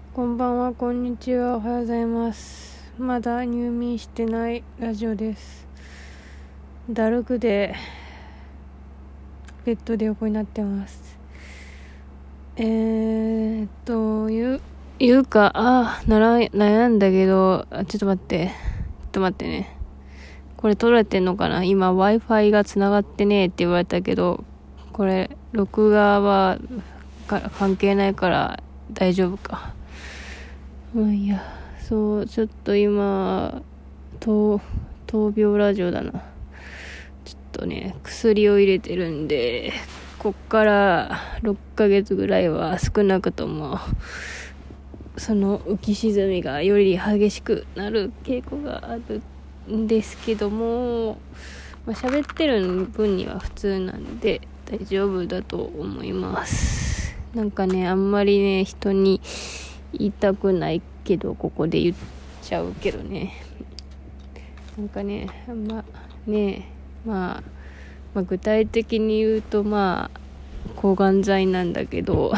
こんばんは、こんにちは、おはようございます。まだ入眠してないラジオです。だるくでベッドで横になってます。いうか、悩んだけど、ちょっと待ってね。これ撮られてんのかな？今 Wi-Fi が繋がってねえって言われたけど、これ録画は関係ないから大丈夫か。まあいいや。そう、ちょっと今闘病ラジオだな。ちょっとね、薬を入れてるんで、こっから6ヶ月ぐらいは少なくともその浮き沈みがより激しくなる傾向があるんですけども、喋ってる分には普通なんで大丈夫だと思います。なんかね、あんまりね、人に言いたくないけどここで言っちゃうけどね、なんかね、具体的に言うと抗がん剤なんだけど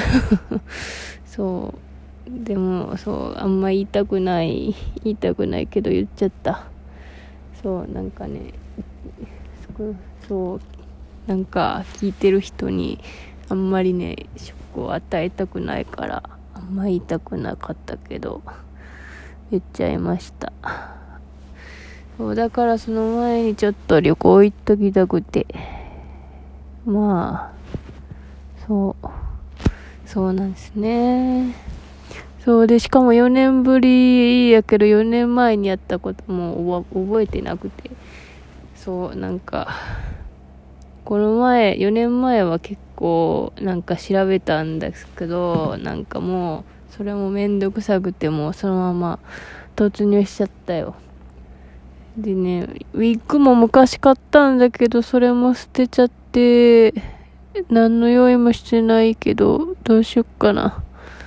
そうでもあんま言いたくないけど言っちゃった。なんかね、なんか聞いてる人にあんまりねショックを与えたくないからあんま言いたくなかったけど言っちゃいました。だからその前にちょっと旅行行っときたくて、そうなんですね。で、しかも4年ぶりやけど4年前にやったことも覚えてなくて、なんか4年前は結構なんか調べたんですけど、なんかもうそれもめんどくさくてもうそのまま突入しちゃったよ。でね、ウィッグも昔買ったんだけどそれも捨てちゃって何の用意もしてないけどどうしよっかな。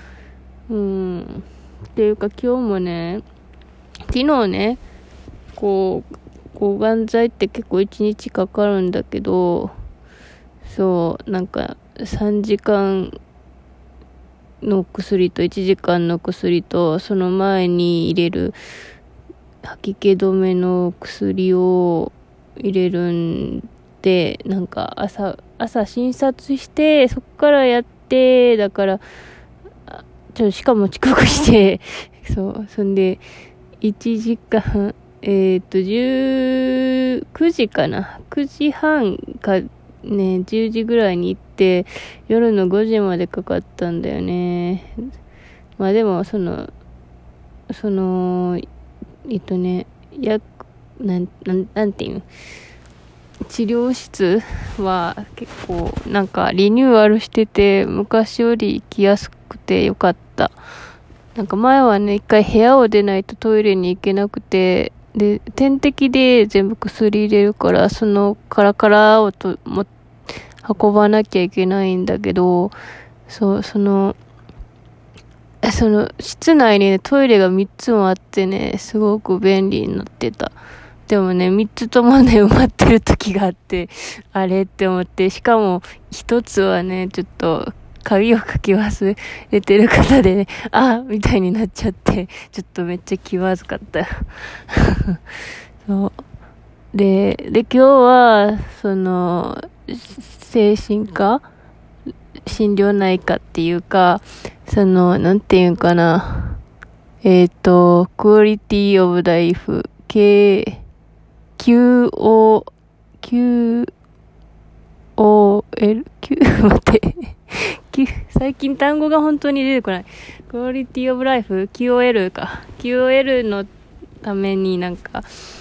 っていうか今日もね、昨日ね、抗がん剤って結構1日かかるんだけど、なんか3時間の薬と1時間の薬とその前に入れる吐き気止めの薬を入れるんで、なんか朝診察してそっからやって、だからしかも遅刻してそんで1時間9時かな、9時半かね、10時ぐらいに行って夜の5時までかかったんだよね。でもなんていう治療室は結構なんかリニューアルしてて昔より行きやすくてよかった。なんか前はね、一回部屋を出ないとトイレに行けなくて、で点滴で全部薬入れるからそのカラカラを運ばなきゃいけないんだけど、その室内にね、トイレが3つもあってね、すごく便利になってた。でもね、3つともね、埋まってる時があって、あれって思って、しかも1つはね、ちょっと、鍵をかけ忘れてる方でね、みたいになっちゃって、ちょっとめっちゃ気まずかった。で、今日は、精神科心療内科っていうか、なんていうんかな。クオリティオブライフ、QOL、待って。最近単語が本当に出てこない。クオリティオブライフ、QOL か。QOL のためになんか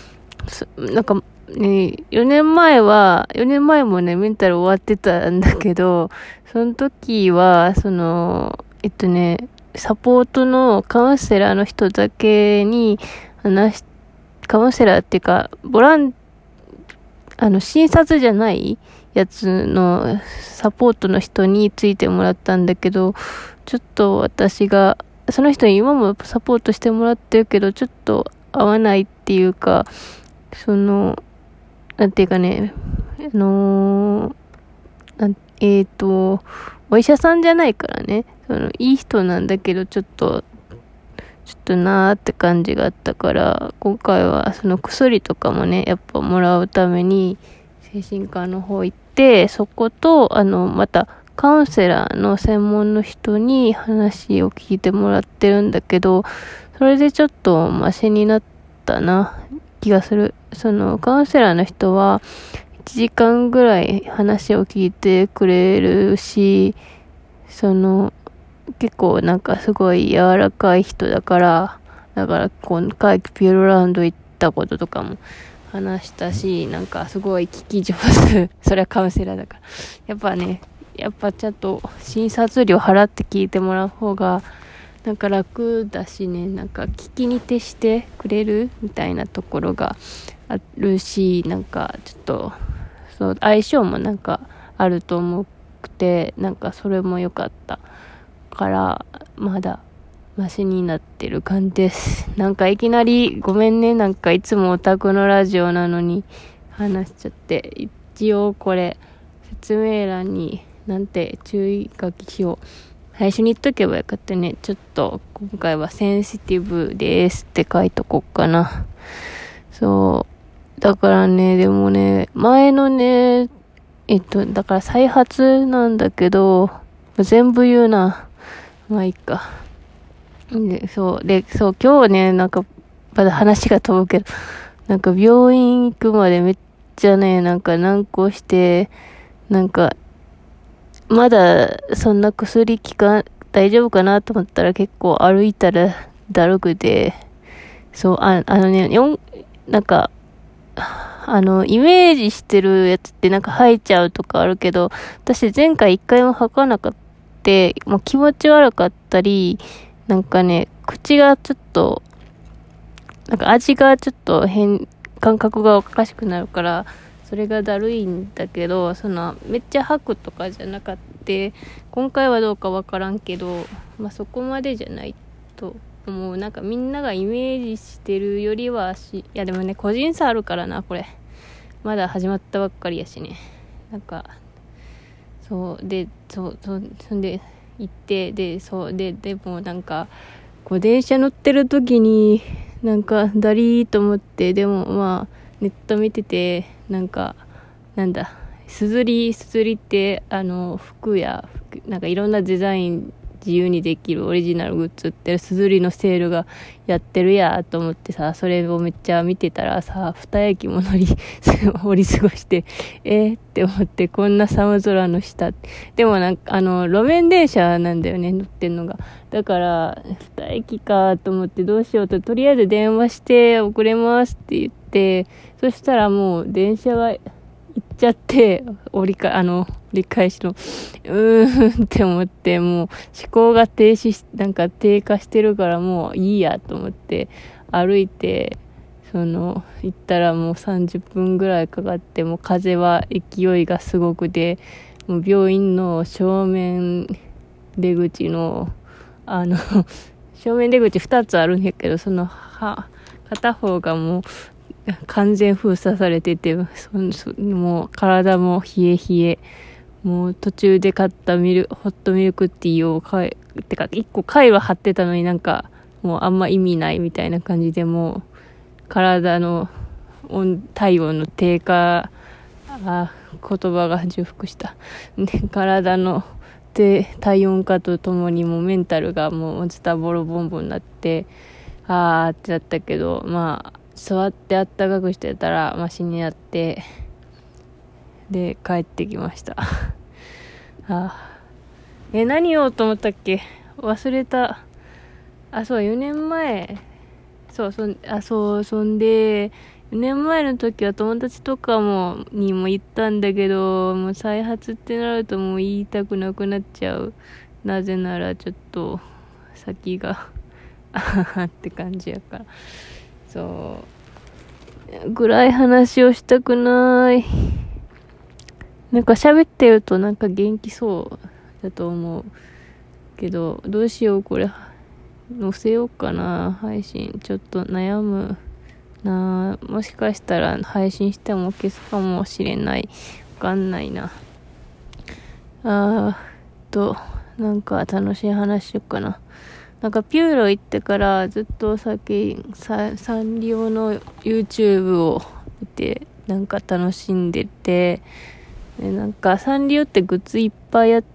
ね、4年前もね、メンタル終わってたんだけど、その時は、サポートのカウンセラーの人だけにカウンセラーっていうか、診察じゃないやつのサポートの人についてもらったんだけど、ちょっと私が、その人に今もサポートしてもらってるけど、ちょっと合わないっていうか、なんていうかね、お医者さんじゃないからね、いい人なんだけど、ちょっとちょっとなーって感じがあったから、今回はその薬とかもね、やっぱもらうために精神科の方行って、そこと、またカウンセラーの専門の人に話を聞いてもらってるんだけど、それでちょっとマシになったな気がする。そのカウンセラーの人は1時間ぐらい話を聞いてくれるし、結構なんかすごい柔らかい人だから、今回ピューロランド行ったこととかも話したし、なんかすごい聞き上手。それはカウンセラーだから。やっぱちゃんと診察料払って聞いてもらう方が、なんか楽だしね、なんか聞きに徹してくれるみたいなところがあるし、なんかちょっと、そう相性もなんかあると思くて、なんかそれも良かったからまだマシになってる感じです。なんかいきなりごめんね、なんかいつもオタクのラジオなのに話しちゃって。一応これ説明欄になんて注意書きしよう、最初に言っとけばよかったね。ちょっと今回はセンシティブですって書いとこっかな。そうだからね、でもね、前のね、だから再発なんだけど、全部言うな。まあいいか。そう、今日ね、なんか、まだ話が飛ぶけど、なんか病院行くまでめっちゃね、なんか難航して、なんか、まだそんな薬大丈夫かなと思ったら結構歩いたらだるくて、そう、なんか、イメージしてるやつってなんか吐いちゃうとかあるけど、私前回一回も吐かなかった。もう気持ち悪かったり、なんかね、口がちょっと、なんか味がちょっと感覚がおかしくなるから、それがだるいんだけど、めっちゃ吐くとかじゃなかった。今回はどうかわからんけど、まあそこまでじゃないと思う。なんかみんながイメージしてるよりはいやでもね、個人差あるからな、これ。まだ始まったばっかりやしね。なんか、そんで行って、でもなんか、こう電車乗ってる時に、なんかだりーと思って、でもまあ、ネット見てて、なんか、すずりって、服なんかいろんなデザイン自由にできるオリジナルグッズ売ってるすずりのセールがやってるやと思ってさ、それをめっちゃ見てたらさ、二駅も降り過ごして、って思って、こんな寒空の下。でもなんか、路面電車なんだよね、乗ってんのが。だから、二駅かと思ってどうしようとりあえず電話して遅れますって言って、そしたらもう電車が行っちゃって、折り返しの、って思って、もう思考がなんか低下してるからもういいやと思って、歩いて、行ったらもう30分ぐらいかかって、もう風は勢いがすごくて、もう病院の正面出口の、正面出口2つあるんやけど、片方がもう、完全封鎖されてて、もう体も冷え冷え、もう途中で買ったホットミルクティーを1個貝は張ってたのになんか、もうあんま意味ないみたいな感じで、もう体の体温の低下、言葉が重複した。体の体温化とともにもうメンタルがもうズタボロボンボンになって、ってなったけど、まあ、座ってあったかくしてたらマシになって、で帰ってきました何言おうと思ったっけ、忘れた。そう4年前、そんで4年前の時は友達とかにも言ったんだけど、もう再発ってなるともう言いたくなくなっちゃう。なぜならちょっと先がって感じやから、そうぐらい話をしたくない。なんか喋ってるとなんか元気そうだと思うけど、どうしよう、これ載せようかな、配信。ちょっと悩むな。もしかしたら配信しても消すかもしれない。わかんないな。なんか楽しい話しようかな。 なんかピューロ行ってからずっとサンリオの YouTube を見て、なんか楽しんでて、でなんかサンリオってグッズいっぱいあって、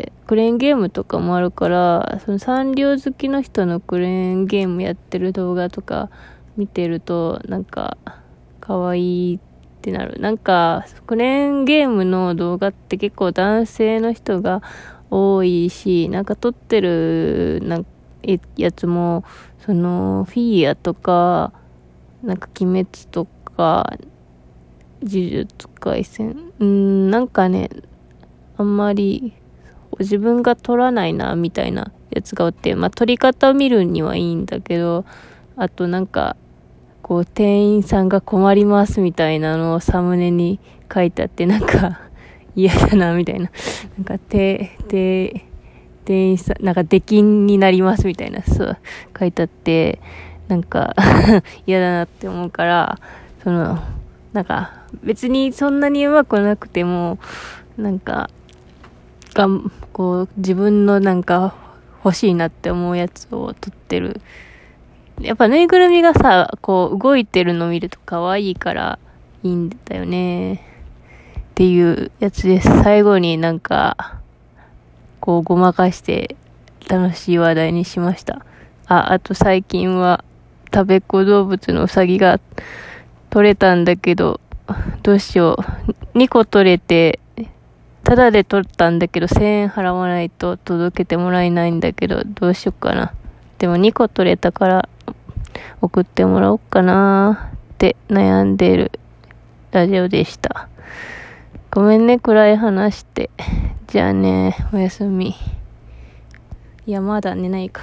クレーンゲームとかもあるから、そのサンリオ好きの人のクレーンゲームやってる動画とか見てると、なんか可愛いってなる。なんかクレーンゲームの動画って結構男性の人が多いし、なんか撮ってるやつも、そのフィギュアとか、なんか鬼滅とか、呪術廻戦。なんかね、あんまり自分が撮らないな、みたいなやつがおって、まあ撮り方を見るにはいいんだけど、あとなんか、こう店員さんが困りますみたいなのをサムネに書いてあって、なんか嫌だな、みたいな。なんか店員さん、なんか出禁になりますみたいな、そう書いてあって、なんか嫌だなって思うから、なんか、別にそんなに上手くなくても、なんか、こう、自分のなんか欲しいなって思うやつを撮ってる。やっぱぬいぐるみがさ、こう、動いてるの見ると可愛いからいいんだよね。っていうやつです。最後になんか、こう、ごまかして楽しい話題にしました。あと最近は、食べっ子動物のうさぎが取れたんだけど、どうしよう。2個取れて、ただで取ったんだけど、1000円払わないと届けてもらえないんだけど、どうしよっかな。でも2個取れたから、送ってもらおうかなって悩んでいるラジオでした。ごめんね、暗い話して。じゃあね、おやすみ。いや、まだ寝ないか。